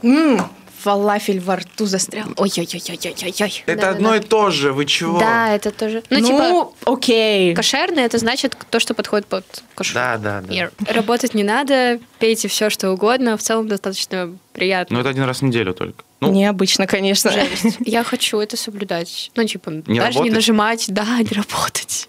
Фалафель во рту застрял. Ой-ой-ой-ой-ой-ой. Это одно и то же, вы чего? Да, это тоже. Окей. Кошерное это значит то, что подходит под кошер. Да. Работать не надо, пейте все, что угодно. В целом достаточно приятно. Но это один раз в неделю только. Необычно, конечно. Жесть. Я хочу это соблюдать. Не даже работать? не нажимать, не работать.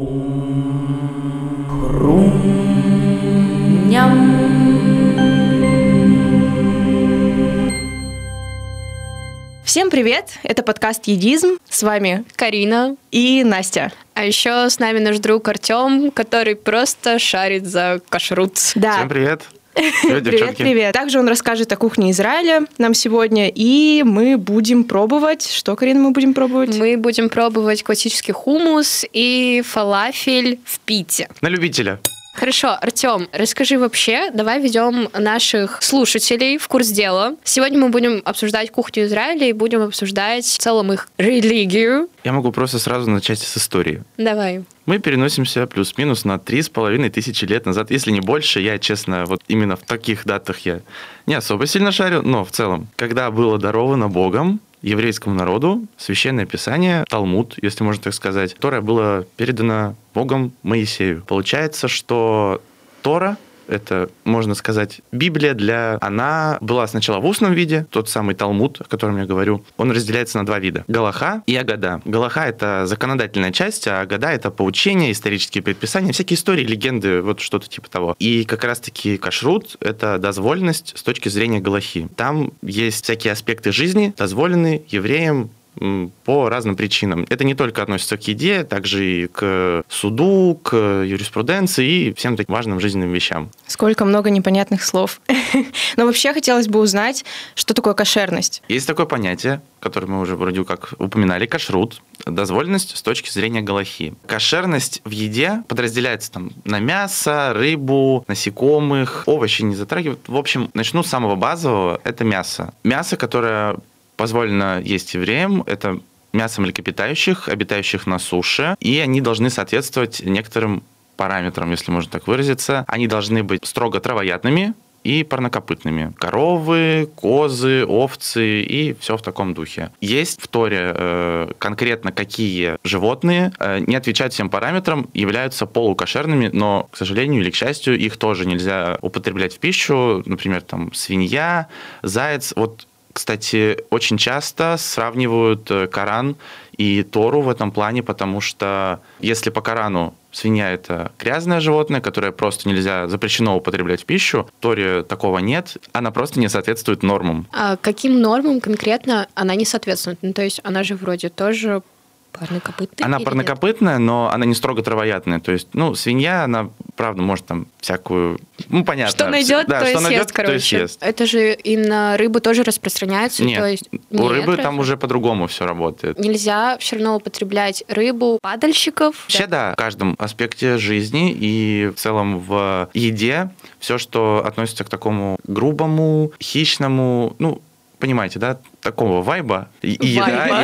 Всем привет! Это подкаст «Едизм». С вами Карина и Настя. А еще с нами наш друг Артем, который просто шарит за кашрут. Да. Всем привет! Привет, девчонки. Привет. Также он расскажет о кухне Израиля нам сегодня, и мы будем пробовать... Что, Карина, мы будем пробовать? Мы будем пробовать классический хумус и фалафель в пите. На любителя. Хорошо, Артем, расскажи вообще, давай введем наших слушателей в курс дела. Сегодня мы будем обсуждать кухню Израиля и будем обсуждать в целом их религию. Я могу просто сразу начать с истории. Давай. Мы переносимся плюс-минус на 3500 лет назад, если не больше. Я, честно, вот именно в таких датах я не особо сильно шарю, но в целом, когда было даровано Богом еврейскому народу священное писание, Талмуд, если можно так сказать, которое было передано Богом Моисею. Получается, что Тора, это, можно сказать, Библия она была сначала в устном виде, тот самый Талмуд, о котором я говорю, он разделяется на два вида. Галаха и Агада. Галаха — это законодательная часть, а Агада — это поучения, исторические предписания, всякие истории, легенды, вот что-то типа того. И как раз-таки кашрут — это дозволенность с точки зрения галахи. Там есть всякие аспекты жизни, дозволенные евреям по разным причинам. Это не только относится к еде, также и к суду, к юриспруденции и всем таким важным жизненным вещам. Сколько много непонятных слов. Но вообще хотелось бы узнать, что такое кошерность. Есть такое понятие, которое мы уже вроде как упоминали, кашрут, дозволенность с точки зрения галахи. Кошерность в еде подразделяется на мясо, рыбу, насекомых, овощи не затрагивают. В общем, начну с самого базового, это мясо. Мясо, которое позволено есть евреям, это мясо млекопитающих, обитающих на суше, и они должны соответствовать некоторым параметрам, если можно так выразиться. Они должны быть строго травоядными и парнокопытными. Коровы, козы, овцы и все в таком духе. Есть в Торе конкретно какие животные не отвечают всем параметрам, являются полукошерными, но, к сожалению или к счастью, их тоже нельзя употреблять в пищу. Например, свинья, заяц. Кстати, очень часто сравнивают Коран и Тору в этом плане, потому что если по Корану свинья — это грязное животное, которое просто запрещено употреблять в пищу, в Торе такого нет, она просто не соответствует нормам. А каким нормам конкретно она не соответствует? То есть она же вроде тоже парнокопытная? Она парнокопытная, но она не строго травоядная. То есть, свинья, она, правда, может всякую... понятно. Что найдет, то и съест, короче. Это же и на рыбу тоже распространяется? Нет, у рыбы там уже по-другому все работает. Нельзя все равно употреблять рыбу падальщиков? Вообще, да, в каждом аспекте жизни и в целом в еде все, что относится к такому грубому, хищному, понимаете, да, такого вайба и еда.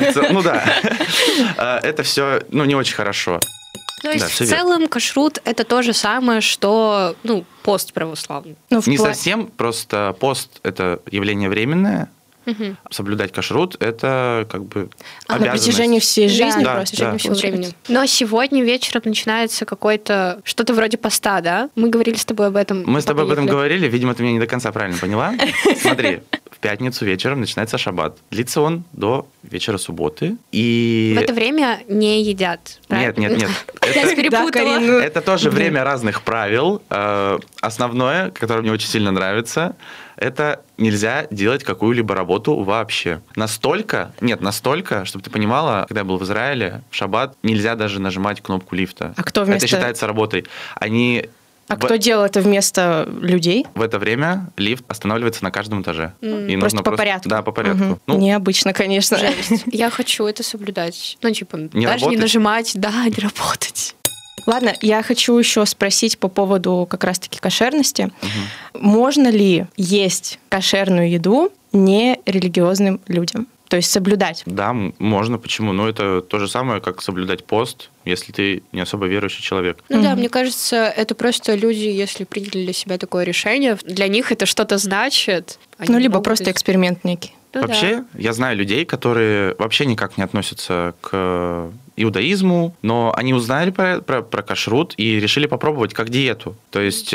Это все, не очень хорошо. То есть в целом кашрут — это то же самое, что, пост православный. Не совсем, просто пост — это явление временное. Угу. Соблюдать кашрут — это обязанность. На протяжении всей жизни, на протяжении всего времени. Но сегодня вечером начинается что-то вроде поста, да? Мы говорили с тобой об этом. Мы с тобой об этом говорили, видимо, ты меня не до конца правильно поняла. Смотри, в пятницу вечером начинается шаббат. Длится он до вечера субботы. И в это время не едят, правильно? Нет. Я перепутала. Это тоже время разных правил. Основное, которое мне очень сильно нравится, это нельзя делать какую-либо работу вообще. Настолько, чтобы ты понимала, когда я был в Израиле, в шаббат нельзя даже нажимать кнопку лифта. А кто вместо... Это считается работой. Кто делал это вместо людей? В это время лифт останавливается на каждом этаже. И просто по порядку? Да, по порядку. Угу. Необычно, конечно. Жесть. Я хочу это соблюдать. Не даже работать? Не нажимать, не работать. Ладно, я хочу еще спросить по поводу как раз-таки кошерности. Можно ли есть кошерную еду нерелигиозным людям? То есть соблюдать. Да, можно. Почему? Ну, это то же самое, как соблюдать пост, если ты не особо верующий человек. Ну да, мне кажется, это просто люди, если приняли для себя такое решение, для них это что-то значит. Ну, либо просто эксперимент некий. Ну, вообще, я знаю людей, которые вообще никак не относятся к иудаизму, но они узнали про кашрут и решили попробовать как диету. То есть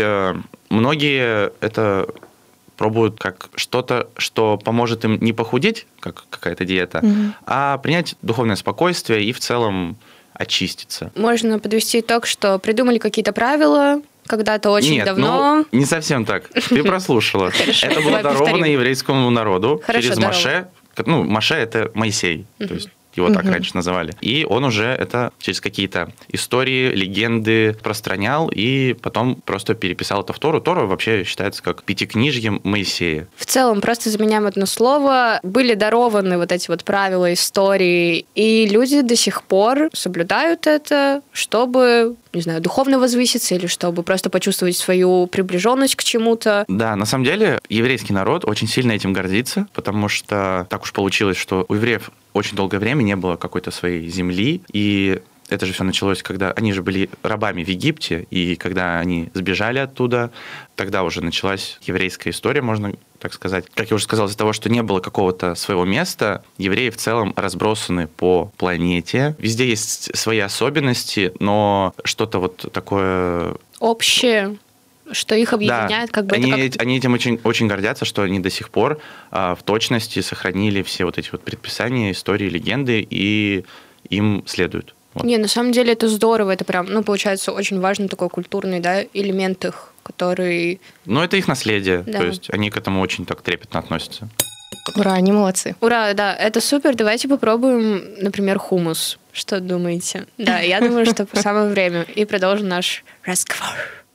многие это пробуют как что-то, что поможет им не похудеть, как какая-то диета, а принять духовное спокойствие и в целом очиститься. Можно подвести итог, что придумали какие-то правила когда-то очень давно. Не совсем так. Ты прослушала. Это было даровано еврейскому народу через Моше. Ну, Моше – это Моисей, то есть его так раньше называли. И он уже это через какие-то истории, легенды распространял и потом просто переписал это в Тору. Тора вообще считается как пятикнижьем Моисея. В целом, просто заменяем одно слово. Были дарованы вот эти вот правила, истории, и люди до сих пор соблюдают это, чтобы, не знаю, духовно возвыситься или чтобы просто почувствовать свою приближенность к чему-то. Да, на самом деле еврейский народ очень сильно этим гордится, потому что так уж получилось, что у евреев очень долгое время не было какой-то своей земли, и это же все началось, когда они же были рабами в Египте, и когда они сбежали оттуда, тогда уже началась еврейская история, можно так сказать. Как я уже сказал, из-за того, что не было какого-то своего места, евреи в целом разбросаны по планете. Везде есть свои особенности, но что-то вот такое... общее, что их объединяет, да, как бы они этим очень, очень гордятся, что они до сих пор в точности сохранили все вот эти вот предписания, истории, легенды, и им следуют. Вот. Не, на самом деле это здорово, это прям, ну, получается, очень важный такой культурный, да, элемент их, который... Ну, это их наследие, да. То есть они к этому очень так трепетно относятся. Ура, они молодцы. Ура, да, это супер. Давайте попробуем, например, хумус. Что думаете? Да, я думаю, что самое время. И продолжим наш разговор.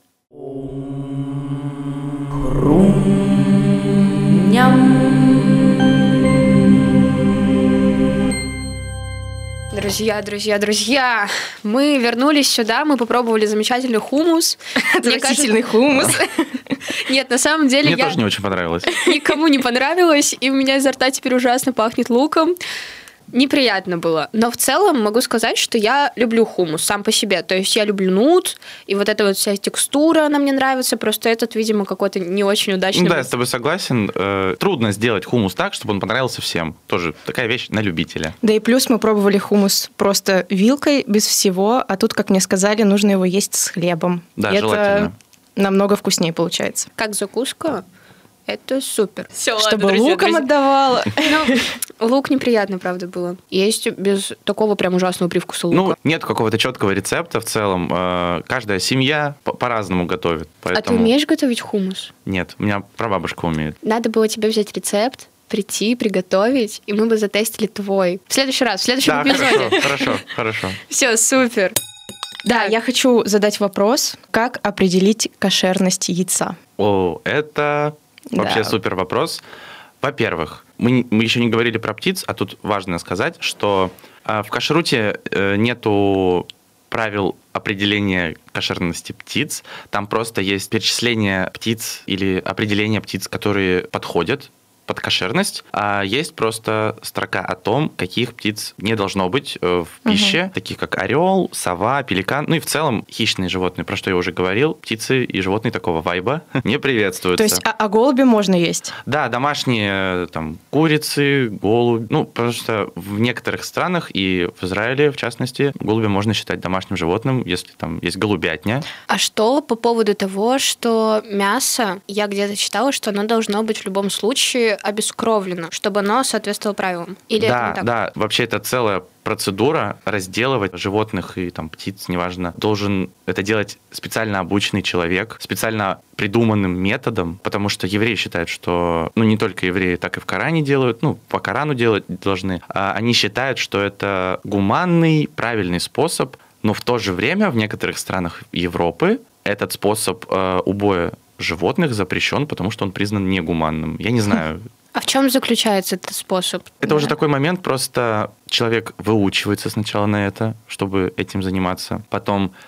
Друзья, мы вернулись сюда, мы попробовали замечательный хумус. Отвратительный хумус. Нет, на самом деле Мне тоже не очень понравилось. Никому не понравилось, и у меня изо рта теперь ужасно пахнет луком. Неприятно было. Но в целом могу сказать, что я люблю хумус сам по себе. То есть я люблю нут, и вот эта вот вся текстура, она мне нравится. Просто этот, видимо, какой-то не очень удачный. Да, я с тобой согласен. Трудно сделать хумус так, чтобы он понравился всем. Тоже такая вещь на любителя. Да и плюс мы пробовали хумус просто вилкой, без всего. А тут, как мне сказали, нужно его есть с хлебом. Да, и желательно. Это намного вкуснее получается. Как закуска? Это супер. Всё, чтобы ладно, луком отдавала. Ну, лук неприятно, правда, было. Есть без такого прям ужасного привкуса лука. Ну, нет какого-то четкого рецепта в целом. Каждая семья по-разному готовит. Поэтому... А ты умеешь готовить хумус? Нет, у меня прабабушка умеет. Надо было тебе взять рецепт, прийти, приготовить, и мы бы затестили твой. В следующий раз, в следующем эпизоде. Хорошо. Все, супер. Да, я хочу задать вопрос. Как определить кошерность яйца? О, это... Вообще супер вопрос. Во-первых, мы еще не говорили про птиц, а тут важно сказать, что в кашруте нету правил определения кошерности птиц. Там просто есть перечисление птиц или определение птиц, которые подходят под кошерность, а есть просто строка о том, каких птиц не должно быть в пище, таких как орел, сова, пеликан, ну и в целом хищные животные, про что я уже говорил, птицы и животные такого вайба не приветствуются. То есть, а голуби можно есть? Да, домашние там курицы, голуби, ну потому что в некоторых странах и в Израиле, в частности, голуби можно считать домашним животным, если там есть голубятня. А что по поводу того, что мясо, я где-то читала, что оно должно быть в любом случае обескровлено, чтобы оно соответствовало правилам? Или это не так? Да, вообще это целая процедура разделывать животных и там птиц, неважно, должен это делать специально обученный человек, специально придуманным методом, потому что евреи считают, что, ну, не только евреи, так и в Коране делают, ну, по Корану делать должны, они считают, что это гуманный, правильный способ, но в то же время в некоторых странах Европы этот способ убоя животных запрещен, потому что он признан негуманным. Я не знаю. А в чем заключается этот способ? Это уже такой момент, просто человек выучивается сначала на это, чтобы этим заниматься. Потом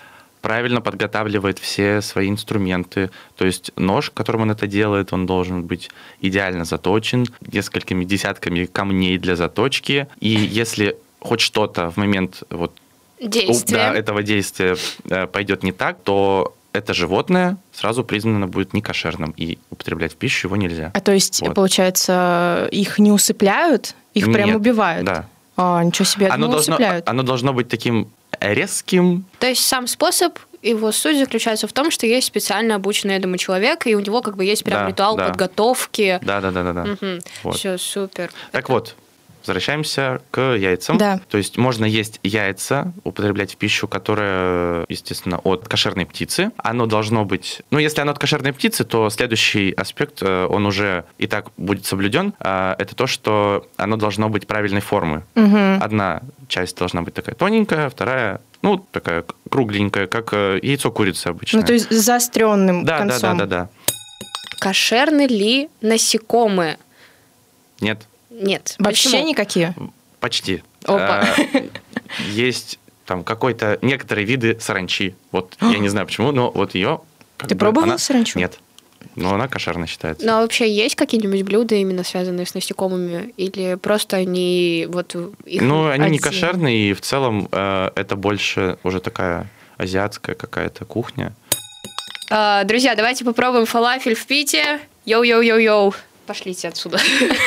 правильно подготавливает все свои инструменты. То есть нож, которым он это делает, он должен быть идеально заточен, несколькими десятками камней для заточки. И если хоть что-то в момент этого действия пойдет не так, то это животное сразу признано будет некошерным, и употреблять в пищу его нельзя. А то есть, получается, их не усыпляют, их прям убивают? Да. Ничего себе, усыпляют. Оно должно быть таким резким. То есть сам способ, его суть заключается в том, что есть специально обученный этому человек, и у него как бы есть прям ритуал подготовки. Да. Угу. Все, супер. Так вот, возвращаемся к яйцам. Да. То есть можно есть яйца, употреблять в пищу, которая, естественно, от кошерной птицы. Оно должно быть... если оно от кошерной птицы, то следующий аспект, он уже и так будет соблюден. Это то, что оно должно быть правильной формы. Угу. Одна часть должна быть такая тоненькая, вторая, такая кругленькая, как яйцо курицы обычно. То есть с заостренным концом. Да. Кошерны ли насекомые? Нет. Нет. Вообще Почему? никакие? Почти. Опа. Есть там некоторые виды саранчи. Я не знаю почему, но ее... Ты пробовал саранчу? Нет. Но она кошерно считается. Ну, а вообще есть какие-нибудь блюда, именно связанные с насекомыми? Или просто они их они не кошерные, и в целом это больше уже такая азиатская какая-то кухня. Друзья, давайте попробуем фалафель в Пите. Йоу-йоу-йоу-йоу. Пошлите отсюда.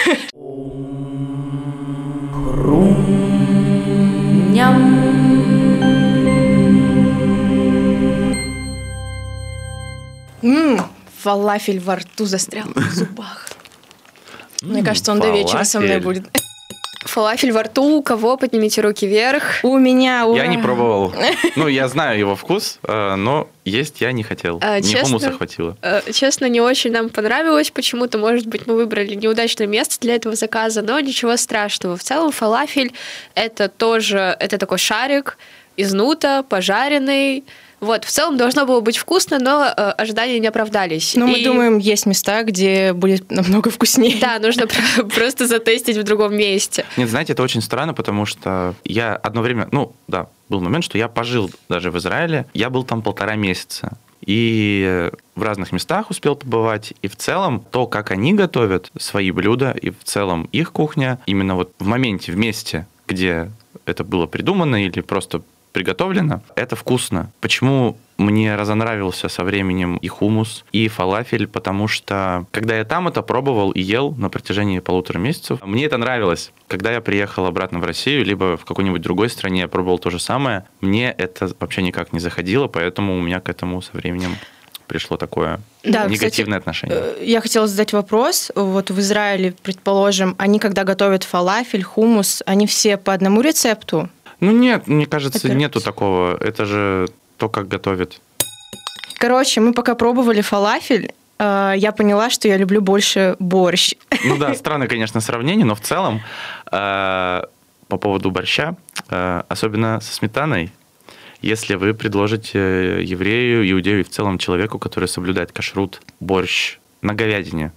Фалафель во рту застрял в зубах. Мне кажется, он до вечера со мной будет. Фалафель во рту. У кого? Поднимите руки вверх. У меня, ура. Я не пробовал. Я знаю его вкус, но есть я не хотел. Мне хумуса хватило. Честно, не очень нам понравилось. Почему-то, может быть, мы выбрали неудачное место для этого заказа, но ничего страшного. В целом фалафель это такой шарик из нута, пожаренный. В целом должно было быть вкусно, но ожидания не оправдались. Мы думаем, есть места, где будет намного вкуснее. Да, нужно просто затестить в другом месте. Нет, знаете, это очень странно, потому что я одно время, был момент, что я пожил даже в Израиле, я был там 1,5 месяца. И в разных местах успел побывать. И в целом то, как они готовят свои блюда, и в целом их кухня, именно в моменте, в месте, где это было придумано или просто приготовлено, это вкусно. Почему мне разонравился со временем и хумус, и фалафель? Потому что, когда я там это пробовал и ел на протяжении 1,5 месяца, мне это нравилось. Когда я приехал обратно в Россию, либо в какой-нибудь другой стране, я пробовал то же самое, мне это вообще никак не заходило, поэтому у меня к этому со временем пришло такое негативное отношение. Я хотела задать вопрос. В Израиле, предположим, они, когда готовят фалафель, хумус, они все по одному рецепту? Нет, мне кажется, нету такого. Это же то, как готовят. Короче, мы пока пробовали фалафель, я поняла, что я люблю больше борщ. Странное, конечно, сравнение, но в целом по поводу борща, особенно со сметаной, если вы предложите еврею, иудею и в целом человеку, который соблюдает кашрут, борщ на говядине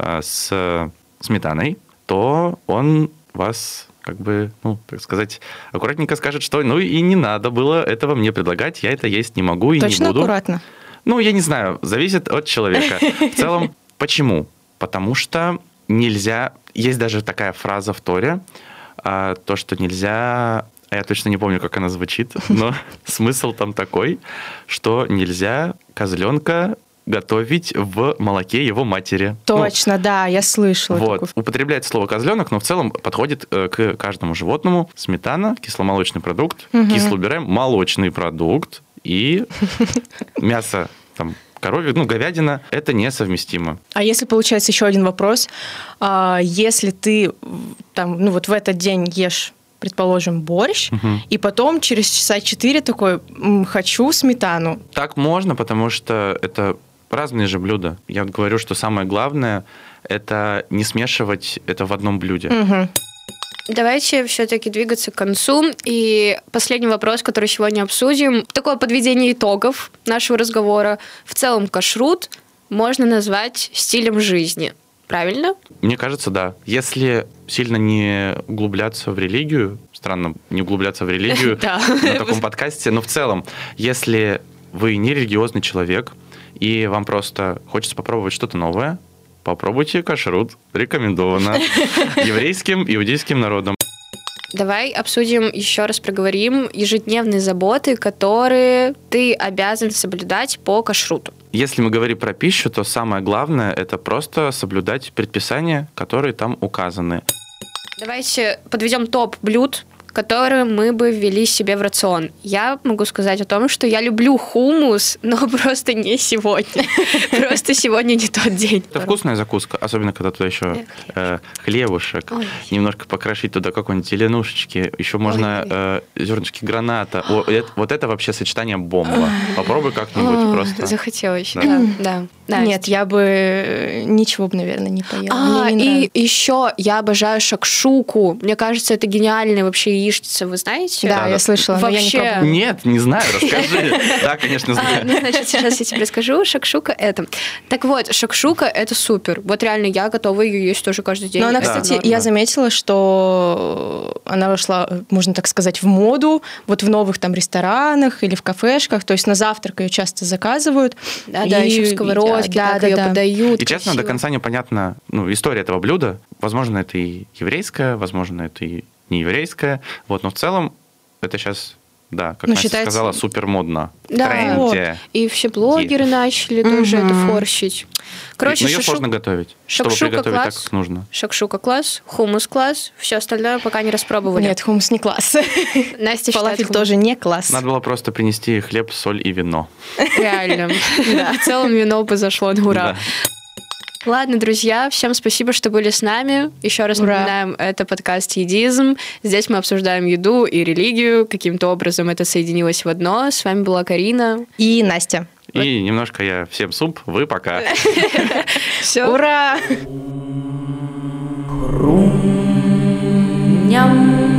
с сметаной, то он вас так сказать, аккуратненько скажет, что и не надо было этого мне предлагать, я это есть не могу и не буду. Точно аккуратно? Я не знаю, зависит от человека. В целом, почему? Потому что нельзя, есть даже такая фраза в Торе, то, что нельзя, я точно не помню, как она звучит, но смысл там такой, что нельзя козленка готовить в молоке его матери. Точно, да, я слышала. Употребляет слово козленок, но в целом подходит к каждому животному. Сметана, кисломолочный продукт, кислый убираем, молочный продукт и мясо коровье, говядина, это несовместимо. А если, получается, еще один вопрос. Если ты в этот день ешь, предположим, борщ, и потом через часа 4 такой, хочу сметану. Так можно, потому что это разные же блюда. Я говорю, что самое главное – это не смешивать это в одном блюде. Давайте все-таки двигаться к концу. И последний вопрос, который сегодня обсудим. Такое подведение итогов нашего разговора. В целом кашрут можно назвать стилем жизни. Правильно? Мне кажется, да. Если сильно не углубляться в религию, странно не углубляться в религию на таком подкасте, но в целом, если вы не религиозный человек, и вам просто хочется попробовать что-то новое, попробуйте кашрут. Рекомендовано еврейским, иудейским народам. Давай обсудим, еще раз проговорим ежедневные заботы, которые ты обязан соблюдать по кашруту. Если мы говорим про пищу, то самое главное – это просто соблюдать предписания, которые там указаны. Давайте подведем топ блюд, которые мы бы ввели себе в рацион. Я могу сказать о том, что я люблю хумус, но просто не сегодня. Просто сегодня не тот день. Это вкусная закуска, особенно когда туда еще хлебушек, немножко покрошить туда какой-нибудь зеленушечки, еще можно зернышки граната. Вот это вообще сочетание бомба. Попробуй как-нибудь просто. Захотелось, да. Нет, я бы ничего бы, наверное, не поела. И еще я обожаю шакшуку. Мне кажется, это гениальная вообще яичница, вы знаете? Да, я слышала. Вообще... Нет, не знаю, расскажи. Да, конечно, знаю. Значит, сейчас я тебе расскажу. Шакшука это. Так вот, шакшука это супер. Вот реально я готова ее есть тоже каждый день. Но она, кстати, я заметила, что она вошла, можно так сказать, в моду, вот в новых там ресторанах или в кафешках, то есть на завтрак ее часто заказывают. Да, еще в сковородке так ее подают. И честно, до конца непонятна история этого блюда. Возможно, это и еврейское, возможно, это и не еврейское. Вот, но в целом это сейчас, да, как Настя сказала, супер модно. Да, тренде. И все блогеры начали тоже это форсить. Короче, но ее сложно готовить, чтобы приготовить так, как нужно. Шакшука класс, хумус класс, все остальное пока не распробовали. Нет, хумус не класс. Настя фалафель тоже не класс. Надо было просто принести хлеб, соль и вино. Реально. В целом вино бы зашло на ура. Ладно, друзья, всем спасибо, что были с нами. Еще раз напоминаем, это подкаст «Едизм». Здесь мы обсуждаем еду и религию. Каким-то образом это соединилось в одно. С вами была Карина. И Настя. И немножко я всем суп, вы пока. Все. Ура! Ням.